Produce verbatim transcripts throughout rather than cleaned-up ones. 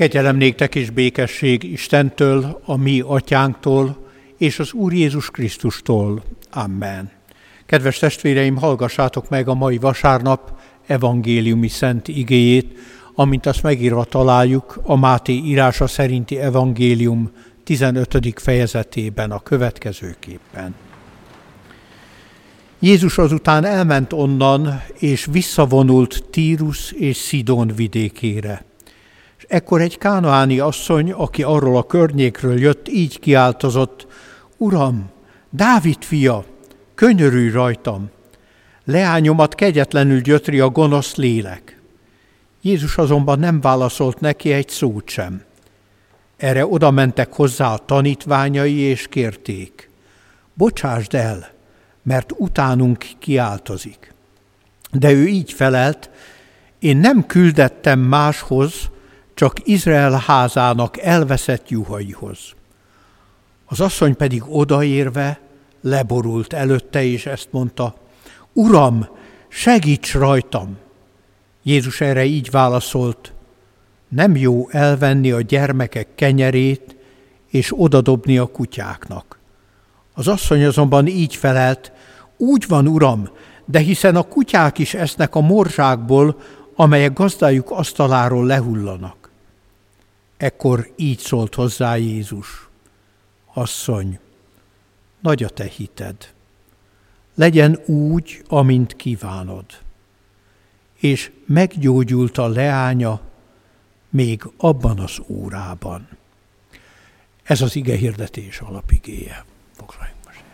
Kegyelem néktek és békesség Istentől, a mi atyánktól, és az Úr Jézus Krisztustól. Amen. Kedves testvéreim, hallgassátok meg a mai vasárnap evangéliumi szent igéjét, amint azt megírva találjuk a Máté írása szerinti evangélium tizenötödik fejezetében a következőképpen. Jézus azután elment onnan, és visszavonult Tírus és Szidón vidékére. És ekkor egy kánaáni asszony, aki arról a környékről jött, így kiáltozott: Uram, Dávid fia, könyörülj rajtam! Leányomat kegyetlenül gyötri a gonosz lélek. Jézus azonban nem válaszolt neki egy szót sem. Erre oda mentek hozzá a tanítványai, és kérték: Bocsásd el, mert utánunk kiáltozik. De ő így felelt: Én nem küldettem máshoz, csak Izrael házának elveszett juhaihoz. Az asszony pedig odaérve leborult előtte, és ezt mondta: Uram, segíts rajtam! Jézus erre így válaszolt: Nem jó elvenni a gyermekek kenyerét, és odadobni a kutyáknak. Az asszony azonban így felelt: Úgy van, Uram, de hiszen a kutyák is esznek a morzsákból, amelyek gazdájuk asztaláról lehullanak. Ekkor így szólt hozzá Jézus: Asszony, nagy a te hited, legyen úgy, amint kívánod. És meggyógyult a leánya még abban az órában. Ez az ige hirdetés alapigéje. Foglaljunk most el.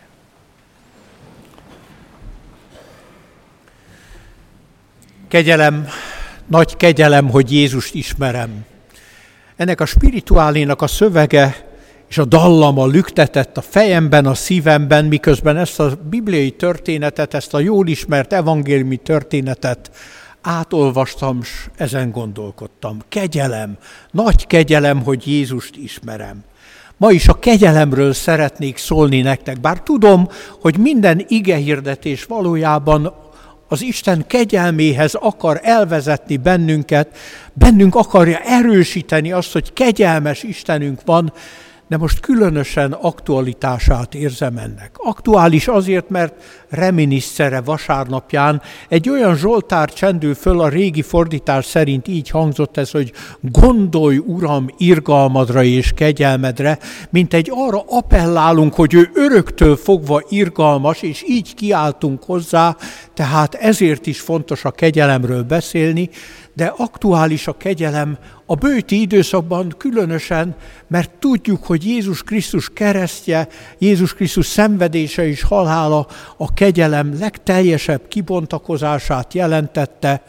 Kegyelem, nagy kegyelem, hogy Jézust ismerem. Ennek a spirituálénak a szövege és a dallama lüktetett a fejemben, a szívemben, miközben ezt a bibliai történetet, ezt a jól ismert evangéliumi történetet átolvastam, s ezen gondolkodtam. Kegyelem, nagy kegyelem, hogy Jézust ismerem. Ma is a kegyelemről szeretnék szólni nektek, bár tudom, hogy minden igehirdetés valójában az Isten kegyelméhez akar elvezetni bennünket, bennünk akarja erősíteni azt, hogy kegyelmes Istenünk van, de most különösen aktualitását érzem ennek. Aktuális azért, mert reminiscere vasárnapján egy olyan zsoltár csendül föl, a régi fordítás szerint így hangzott ez, hogy gondolj, Uram, irgalmadra és kegyelmedre, mint egy arra appellálunk, hogy ő öröktől fogva irgalmas, és így kiáltunk hozzá, tehát ezért is fontos a kegyelemről beszélni, de aktuális a kegyelem a bőti időszakban különösen, mert tudjuk, hogy Jézus Krisztus keresztje, Jézus Krisztus szenvedése és halála a kegyelem legteljesebb kibontakozását jelentette.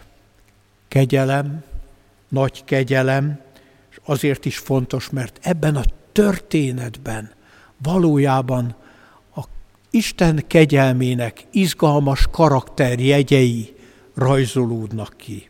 Kegyelem, nagy kegyelem, és azért is fontos, mert ebben a történetben valójában a Isten kegyelmének izgalmas karakterjegyei rajzolódnak ki.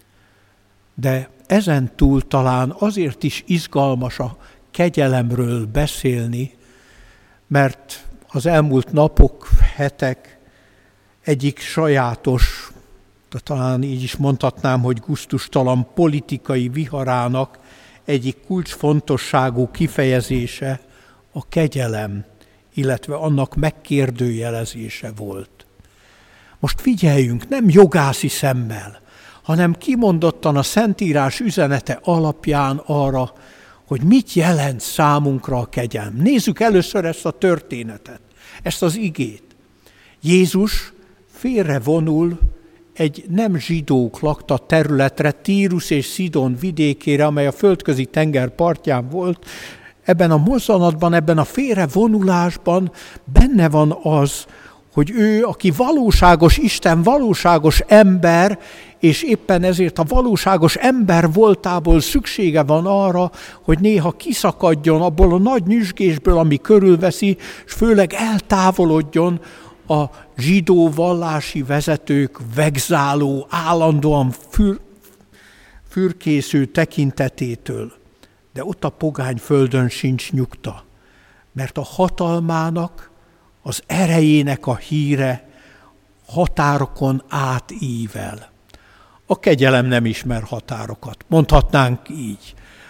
De ezen túl talán azért is izgalmas a kegyelemről beszélni, mert az elmúlt napok, hetek egyik sajátos, de talán így is mondhatnám, hogy gusztustalan politikai viharának egyik kulcsfontosságú kifejezése a kegyelem, illetve annak megkérdőjelezése volt. Most figyeljünk, nem jogászi szemmel, hanem kimondottan a Szentírás üzenete alapján arra, hogy mit jelent számunkra a kegyelem. Nézzük először ezt a történetet, ezt az igét. Jézus félrevonul egy nem zsidók lakta területre, Tírus és Szidón vidékére, amely a földközi tenger partján volt. Ebben a mozzanatban, ebben a félrevonulásban benne van az, hogy ő, aki valóságos Isten, valóságos ember, és éppen ezért a valóságos ember voltából szüksége van arra, hogy néha kiszakadjon abból a nagy nyüzsgésből, ami körülveszi, és főleg eltávolodjon a zsidó vallási vezetők vegzáló, állandóan für, fürkésző tekintetétől. De ott a pogány földön sincs nyugta, mert a hatalmának, az erejének a híre határokon átível. A kegyelem nem ismer határokat, mondhatnánk így.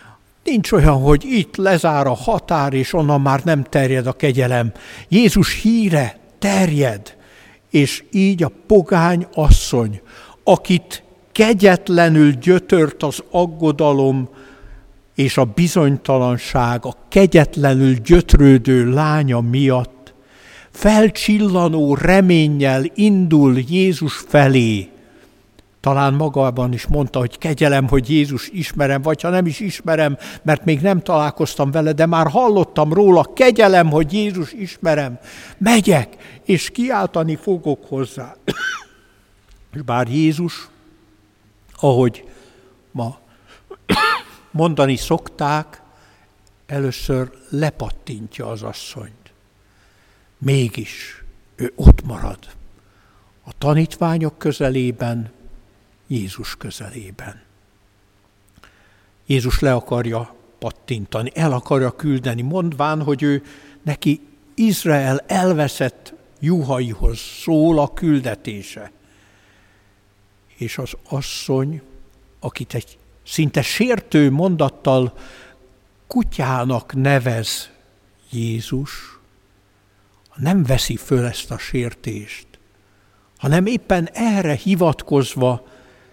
Nincs olyan, hogy itt lezár a határ, és onnan már nem terjed a kegyelem. Jézus híre terjed, és így a pogány asszony, akit kegyetlenül gyötört az aggodalom és a bizonytalanság, a kegyetlenül gyötrődő lánya miatt, felcsillanó reménnyel indul Jézus felé. Talán magában is mondta, hogy kegyelem, hogy Jézus ismerem, vagy ha nem is ismerem, mert még nem találkoztam vele, de már hallottam róla, kegyelem, hogy Jézus ismerem. Megyek, és kiáltani fogok hozzá. És bár Jézus, ahogy ma mondani szokták, először lepattintja az asszonyt. Mégis ő ott marad a tanítványok közelében, Jézus közelében. Jézus le akarja pattintani, el akarja küldeni, mondván, hogy ő neki Izrael elveszett juhaihoz szól a küldetése. És az asszony, akit egy szinte sértő mondattal kutyának nevez Jézus, nem veszi föl ezt a sértést, hanem éppen erre hivatkozva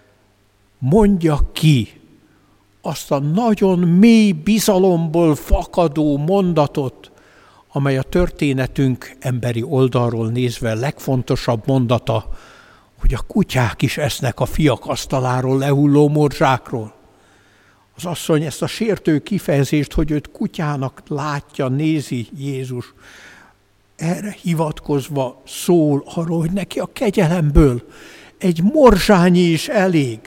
mondja ki azt a nagyon mély bizalomból fakadó mondatot, amely a történetünk emberi oldalról nézve legfontosabb mondata, hogy a kutyák is esznek a fiak asztaláról lehulló morzsákról. Az asszony ezt a sértő kifejezést, hogy őt kutyának látja, nézi Jézus, erre hivatkozva szól arról, hogy neki a kegyelemből egy morzsányi is elég.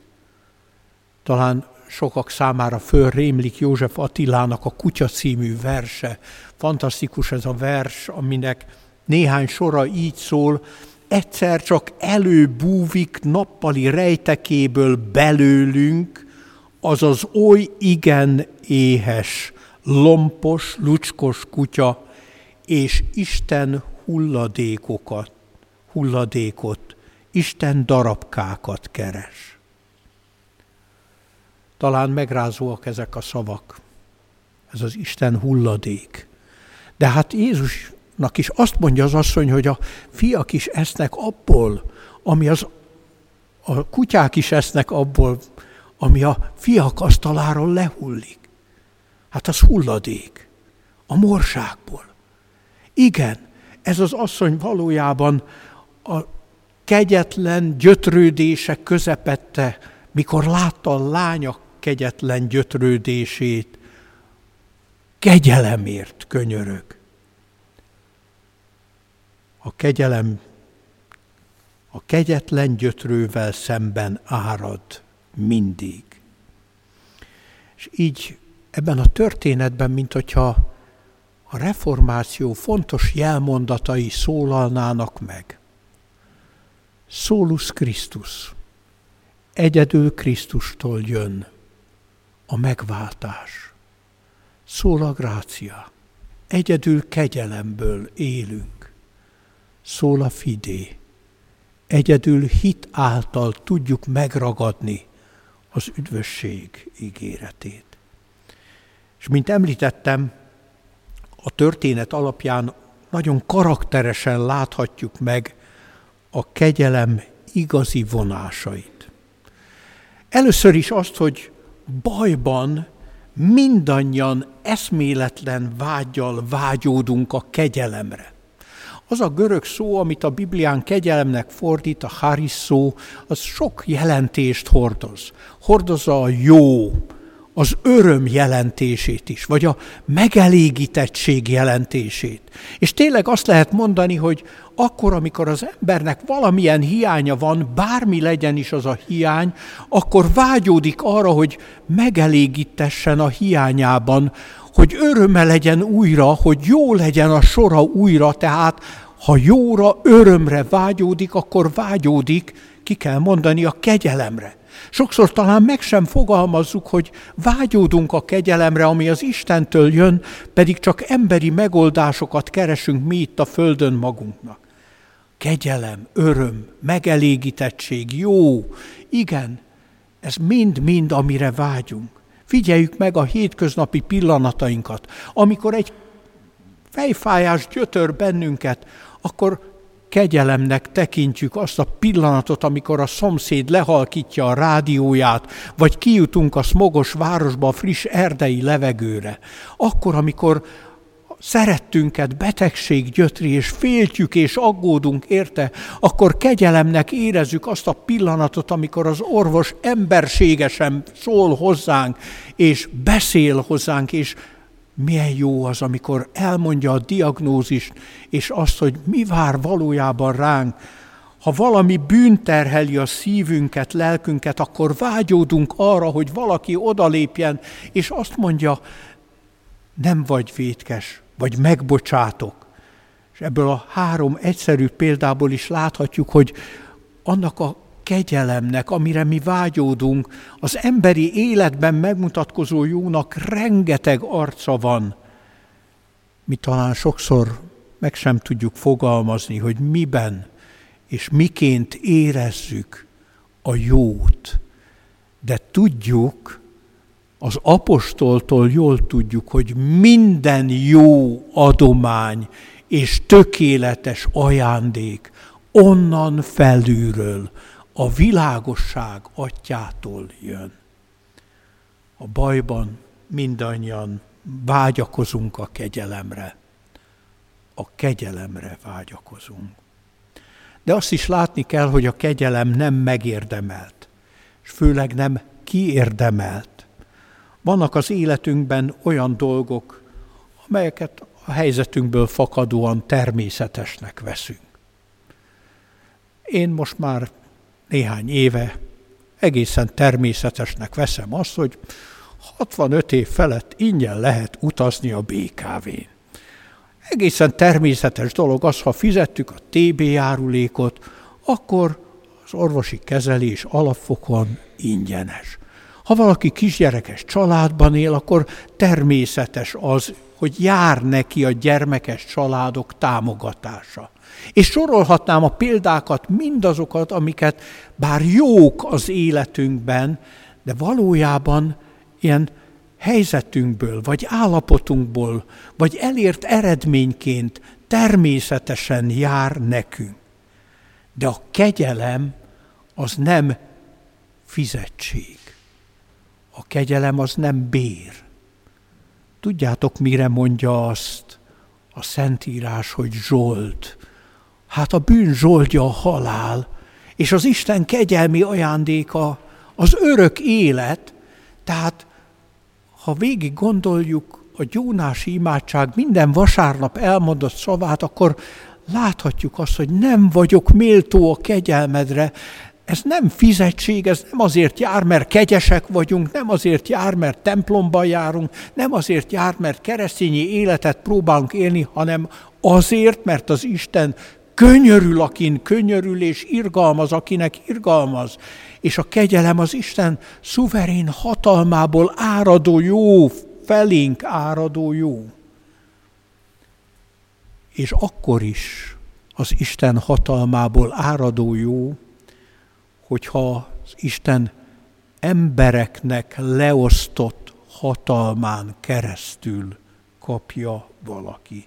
Talán sokak számára fölrémlik József Attilának a Kutya című verse. Fantasztikus ez a vers, aminek néhány sora így szól: egyszer csak előbúvik nappali rejtekéből belőlünk az az oly igen éhes, lompos, lucskos kutya, és Isten hulladékokat, hulladékot, Isten darabkákat keres. Talán megrázóak ezek a szavak, ez az Isten hulladék. De hát Jézusnak is azt mondja az asszony, hogy a fiak is esznek abból, ami az, a kutyák is esznek abból, ami a fiak asztaláról lehullik. Hát az hulladék, a morzsákból. Igen, ez az asszony valójában a kegyetlen gyötrődések közepette, mikor látta a lánya kegyetlen gyötrődését, kegyelemért könyörög. A kegyelem a kegyetlen gyötrővel szemben árad mindig. És így ebben a történetben, mint hogyha a reformáció fontos jelmondatai szólalnának meg. Solus Christus. Egyedül Krisztustól jön a megváltás. Sola gratia. Egyedül kegyelemből élünk. Sola fide. Egyedül hit által tudjuk megragadni az üdvösség ígéretét. És mint említettem, a történet alapján nagyon karakteresen láthatjuk meg a kegyelem igazi vonásait. Először is azt, hogy bajban mindannyian eszméletlen vággyal vágyódunk a kegyelemre. Az a görög szó, amit a Biblián kegyelemnek fordít, a charis szó, az sok jelentést hordoz. Hordozza a jó, az öröm jelentését is, vagy a megelégítettség jelentését. És tényleg azt lehet mondani, hogy akkor, amikor az embernek valamilyen hiánya van, bármi legyen is az a hiány, akkor vágyódik arra, hogy megelégítessen a hiányában, hogy öröme legyen újra, hogy jó legyen a sora újra, tehát ha jóra, örömre vágyódik, akkor vágyódik, ki kell mondani, a kegyelemre. Sokszor talán meg sem fogalmazzuk, hogy vágyódunk a kegyelemre, ami az Istentől jön, pedig csak emberi megoldásokat keresünk mi itt a földön magunknak. Kegyelem, öröm, megelégítettség, jó, igen, ez mind-mind, amire vágyunk. Figyeljük meg a hétköznapi pillanatainkat. Amikor egy fejfájás gyötör bennünket, akkor kegyelemnek tekintjük azt a pillanatot, amikor a szomszéd lehalkítja a rádióját, vagy kijutunk a szmogos városba a friss erdei levegőre. Akkor, amikor szerettünket betegség gyötri, és féltjük és aggódunk érte, akkor kegyelemnek érezzük azt a pillanatot, amikor az orvos emberségesen szól hozzánk, és beszél hozzánk, és milyen jó az, amikor elmondja a diagnózist, és azt, hogy mi vár valójában ránk. Ha valami bűn terheli a szívünket, lelkünket, akkor vágyódunk arra, hogy valaki odalépjen, és azt mondja, nem vagy vétkes, vagy megbocsátok. És ebből a három egyszerű példából is láthatjuk, hogy annak a kegyelemnek, amire mi vágyódunk, az emberi életben megmutatkozó jónak rengeteg arca van. Mi talán sokszor meg sem tudjuk fogalmazni, hogy miben és miként érezzük a jót. De tudjuk, az apostoltól jól tudjuk, hogy minden jó adomány és tökéletes ajándék onnan felülről, a világosság atyától jön. A bajban mindannyian vágyakozunk a kegyelemre. A kegyelemre vágyakozunk. De azt is látni kell, hogy a kegyelem nem megérdemelt, és főleg nem kiérdemelt. Vannak az életünkben olyan dolgok, amelyeket a helyzetünkből fakadóan természetesnek veszünk. Én most már néhány éve egészen természetesnek veszem azt, hogy hatvanöt év felett ingyen lehet utazni a bé ká vén. Egészen természetes dolog az, ha fizettük a té bé járulékot, akkor az orvosi kezelés alapfokon ingyenes. Ha valaki kisgyerekes családban él, akkor természetes az, hogy jár neki a gyermekes családok támogatása. És sorolhatnám a példákat, mindazokat, amiket bár jók az életünkben, de valójában ilyen helyzetünkből, vagy állapotunkból, vagy elért eredményként természetesen jár nekünk. De a kegyelem az nem fizetség. A kegyelem az nem bér. Tudjátok, mire mondja azt a Szentírás, hogy zsold? Hát a bűn zsoldja a halál, és az Isten kegyelmi ajándéka az örök élet. Tehát, ha végig gondoljuk a gyónási imádság minden vasárnap elmondott szavát, akkor láthatjuk azt, hogy nem vagyok méltó a kegyelmedre. Ez nem fizetség, ez nem azért jár, mert kegyesek vagyunk, nem azért jár, mert templomban járunk, nem azért jár, mert keresztényi életet próbálunk élni, hanem azért, mert az Isten könyörül, akin könyörül, és irgalmaz, akinek irgalmaz. És a kegyelem az Isten szuverén hatalmából áradó jó, felénk áradó jó. És akkor is az Isten hatalmából áradó jó, hogyha az Isten embereknek leosztott hatalmán keresztül kapja valaki.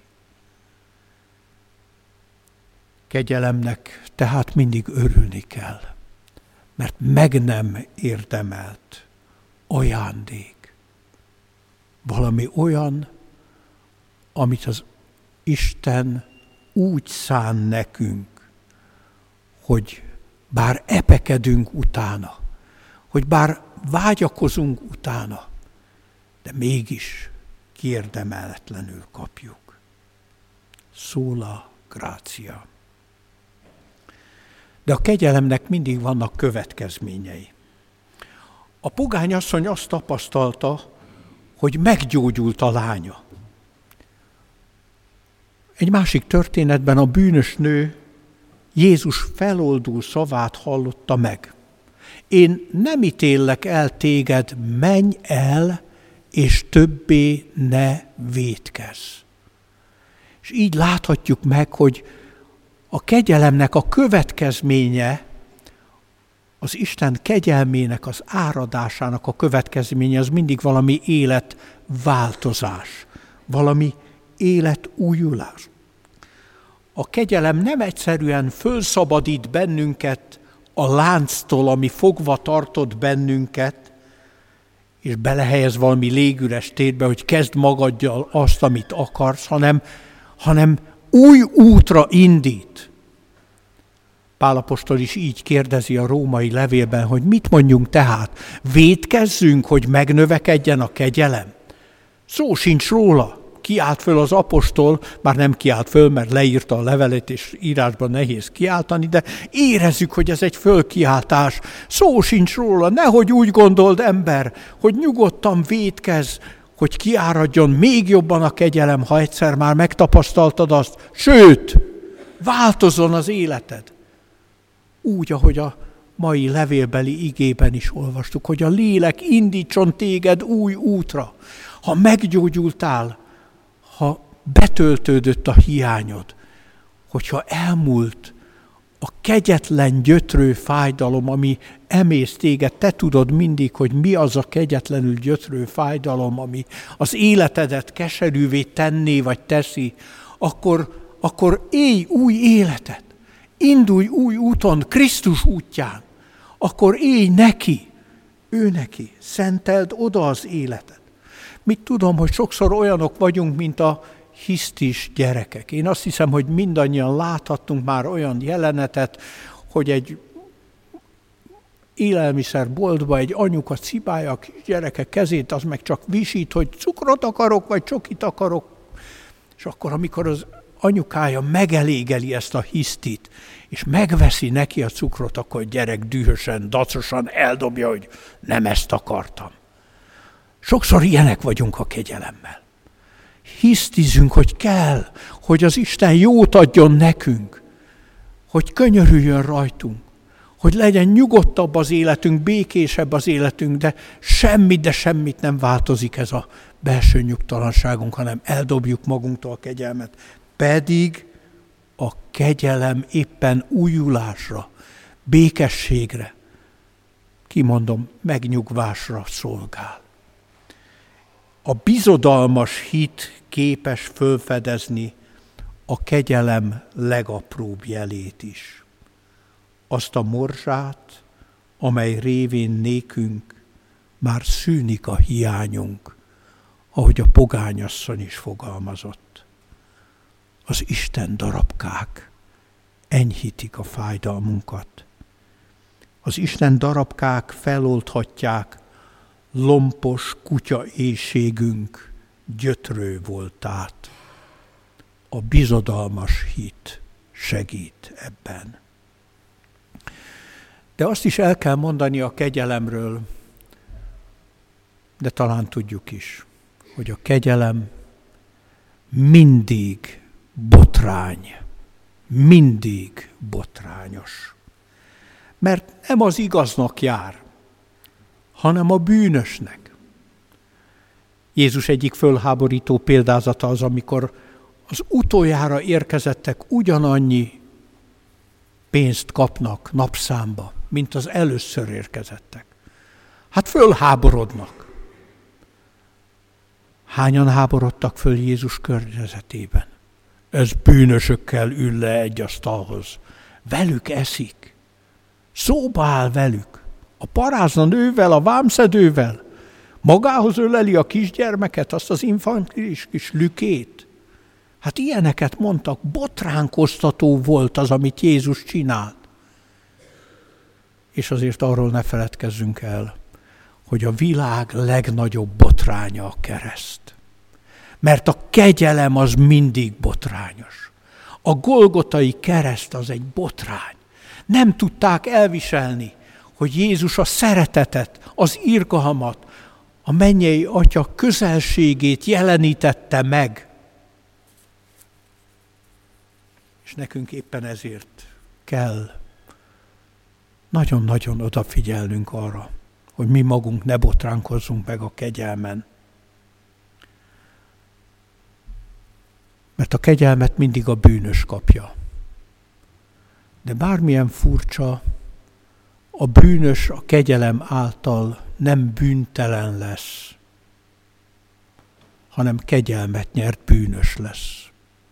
Kegyelemnek tehát mindig örülni kell, mert meg nem érdemelt ajándék. Valami olyan, amit az Isten úgy szán nekünk, hogy bár epekedünk utána, hogy bár vágyakozunk utána, de mégis kiérdemeletlenül kapjuk. Sola gratia. De a kegyelemnek mindig vannak következményei. A pogányasszony azt tapasztalta, hogy meggyógyult a lánya. Egy másik történetben a bűnös nő Jézus feloldul szavát hallotta meg. Én nem ítéllek el téged, menj el, és többé ne vétkezz. És így láthatjuk meg, hogy a kegyelemnek a következménye Az Isten kegyelmének, az áradásának a következménye az mindig valami életváltozás, valami életújulás. A kegyelem nem egyszerűen fölszabadít bennünket a lánctól, ami fogva tartott bennünket, és belehelyez valami légüres térbe, hogy kezd magaddal azt, amit akarsz, hanem, hanem új útra indít. Pál apostol is így kérdezi a római levélben, hogy mit mondjunk tehát? Vétkezzünk, hogy megnövekedjen a kegyelem? Szó sincs róla. Kiált föl az apostol, már nem kiált föl, mert leírta a levelet, és írásban nehéz kiáltani, de érezzük, hogy ez egy fölkiáltás. Szó sincs róla, nehogy úgy gondold, ember, hogy nyugodtan vétkezz, hogy kiáradjon még jobban a kegyelem, ha egyszer már megtapasztaltad azt. Sőt, változzon az életed. Úgy, ahogy a mai levélbeli igében is olvastuk, hogy a lélek indítson téged új útra. Ha meggyógyultál, ha betöltődött a hiányod, hogyha elmúlt a kegyetlen gyötrő fájdalom, ami emész téged, te tudod mindig, hogy mi az a kegyetlenül gyötrő fájdalom, ami az életedet keserűvé tenné, vagy teszi, akkor, akkor élj új életet, indulj új úton, Krisztus útján, akkor élj neki, ő neki, szenteld oda az életet. Mit tudom, hogy sokszor olyanok vagyunk, mint a hisztis gyerekek. Én azt hiszem, hogy mindannyian láthattunk már olyan jelenetet, hogy egy élelmiszerboltba egy anyuka cibálja a gyerekek kezét, az meg csak visít, hogy cukrot akarok, vagy csokit akarok. És akkor, amikor az anyukája megelégeli ezt a hisztit, és megveszi neki a cukrot, akkor a gyerek dühösen, dacosan eldobja, hogy nem ezt akartam. Sokszor ilyenek vagyunk a kegyelemmel. Hisztizünk, hogy kell, hogy az Isten jót adjon nekünk, hogy könyörüljön rajtunk, hogy legyen nyugodtabb az életünk, békésebb az életünk, de semmit, de semmit nem változik ez a belső nyugtalanságunk, hanem eldobjuk magunktól a kegyelmet. Pedig a kegyelem éppen újulásra, békességre, kimondom, megnyugvásra szolgál. A bizodalmas hit képes fölfedezni a kegyelem legapróbb jelét is. Azt a morzsát, amely révén nékünk már szűnik a hiányunk, ahogy a pogányasszony is fogalmazott. Az Isten darabkák enyhítik a fájdalmunkat. Az Isten darabkák feloldhatják lompos kutya éhségünk gyötrő voltát. A bizodalmas hit segít ebben. De azt is el kell mondani a kegyelemről, de talán tudjuk is, hogy a kegyelem mindig botrány, mindig botrányos. Mert nem az igaznak jár, hanem a bűnösnek. Jézus egyik fölháborító példázata az, amikor az utoljára érkezettek ugyanannyi pénzt kapnak napszámba, mint az először érkezettek. Hát fölháborodnak. Hányan háborodtak föl Jézus környezetében? Ez bűnösökkel ül le egy asztalhoz. Velük eszik. Szóba áll velük. A parázna nővel, a vámszedővel. Magához öleli a kisgyermeket, azt az infantilis kis lükét. Hát ilyeneket mondtak, botránkoztató volt az, amit Jézus csinált. És azért arról ne feledkezzünk el, hogy a világ legnagyobb botránya a kereszt. Mert a kegyelem az mindig botrányos. A golgotai kereszt az egy botrány. Nem tudták elviselni, hogy Jézus a szeretetet, az irgalmat, a mennyei Atya közelségét jelenítette meg. És nekünk éppen ezért kell nagyon-nagyon odafigyelnünk arra, hogy mi magunk ne botránkozzunk meg a kegyelmen. Mert a kegyelmet mindig a bűnös kapja. De bármilyen furcsa, A bűnös a kegyelem által nem bűntelen lesz, hanem kegyelmet nyert bűnös lesz.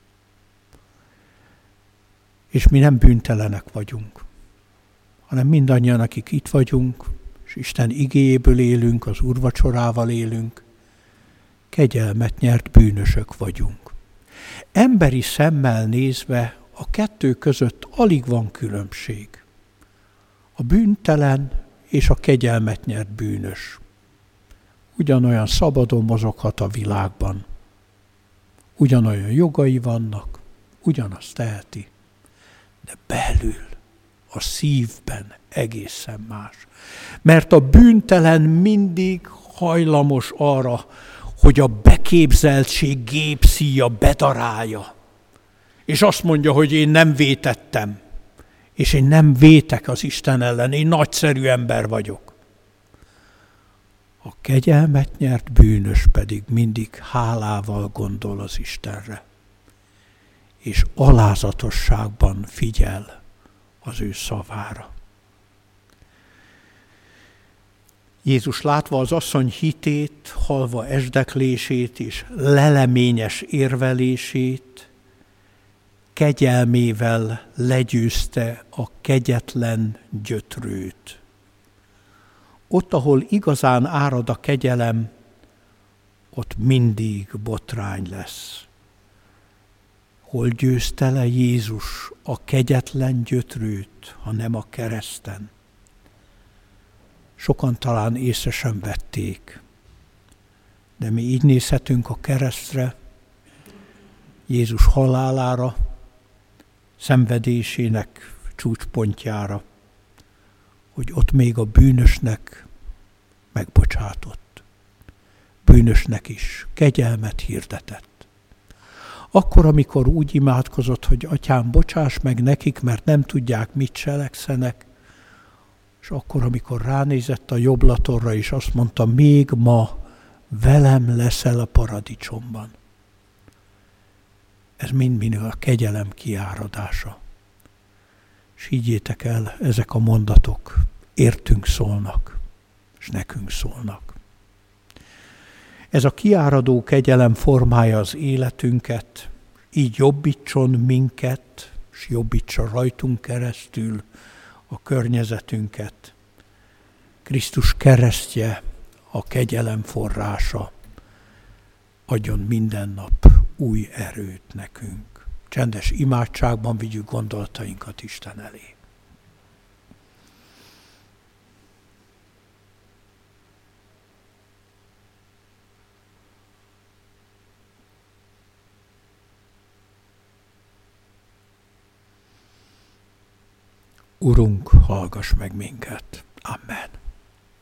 És mi nem bűntelenek vagyunk, hanem mindannyian, akik itt vagyunk, és Isten igéjéből élünk, az úrvacsorával élünk, kegyelmet nyert bűnösök vagyunk. Emberi szemmel nézve a kettő között alig van különbség. A bűntelen és a kegyelmet nyert bűnös ugyanolyan szabadon mozoghat a világban. Ugyanolyan jogai vannak, ugyanazt teheti, de belül, a szívben egészen más. Mert a bűntelen mindig hajlamos arra, hogy a beképzeltség gépszíja bedarálja. És azt mondja, hogy én nem vétettem. És én nem vétek az Isten ellen, én nagyszerű ember vagyok. A kegyelmet nyert bűnös pedig mindig hálával gondol az Istenre. És alázatosságban figyel az ő szavára. Jézus látva az asszony hitét, hallva esdeklését és leleményes érvelését, kegyelmével legyőzte a kegyetlen gyötrőt. Ott, ahol igazán árad a kegyelem, ott mindig botrány lesz. Hol győzte le Jézus a kegyetlen gyötrőt, ha nem a kereszten? Sokan talán észre sem vették, de mi így nézhetünk a keresztre, Jézus halálára, szenvedésének csúcspontjára, hogy ott még a bűnösnek megbocsátott. Bűnösnek is kegyelmet hirdetett. Akkor, amikor úgy imádkozott, hogy Atyám, bocsáss meg nekik, mert nem tudják, mit cselekszenek, és akkor, amikor ránézett a jobblatorra, és azt mondta, még ma velem leszel a paradicsomban. Ez mind-mind a kegyelem kiáradása. És higgyétek el, ezek a mondatok értünk szólnak, és nekünk szólnak. Ez a kiáradó kegyelem formálja az életünket, így jobbítson minket, és jobbítsa rajtunk keresztül a környezetünket. Krisztus keresztje, a kegyelem forrása, adjon minden nap új erőt nekünk. Csendes imádságban vigyük gondolatainkat Isten elé. Urunk, hallgass meg minket. Amen.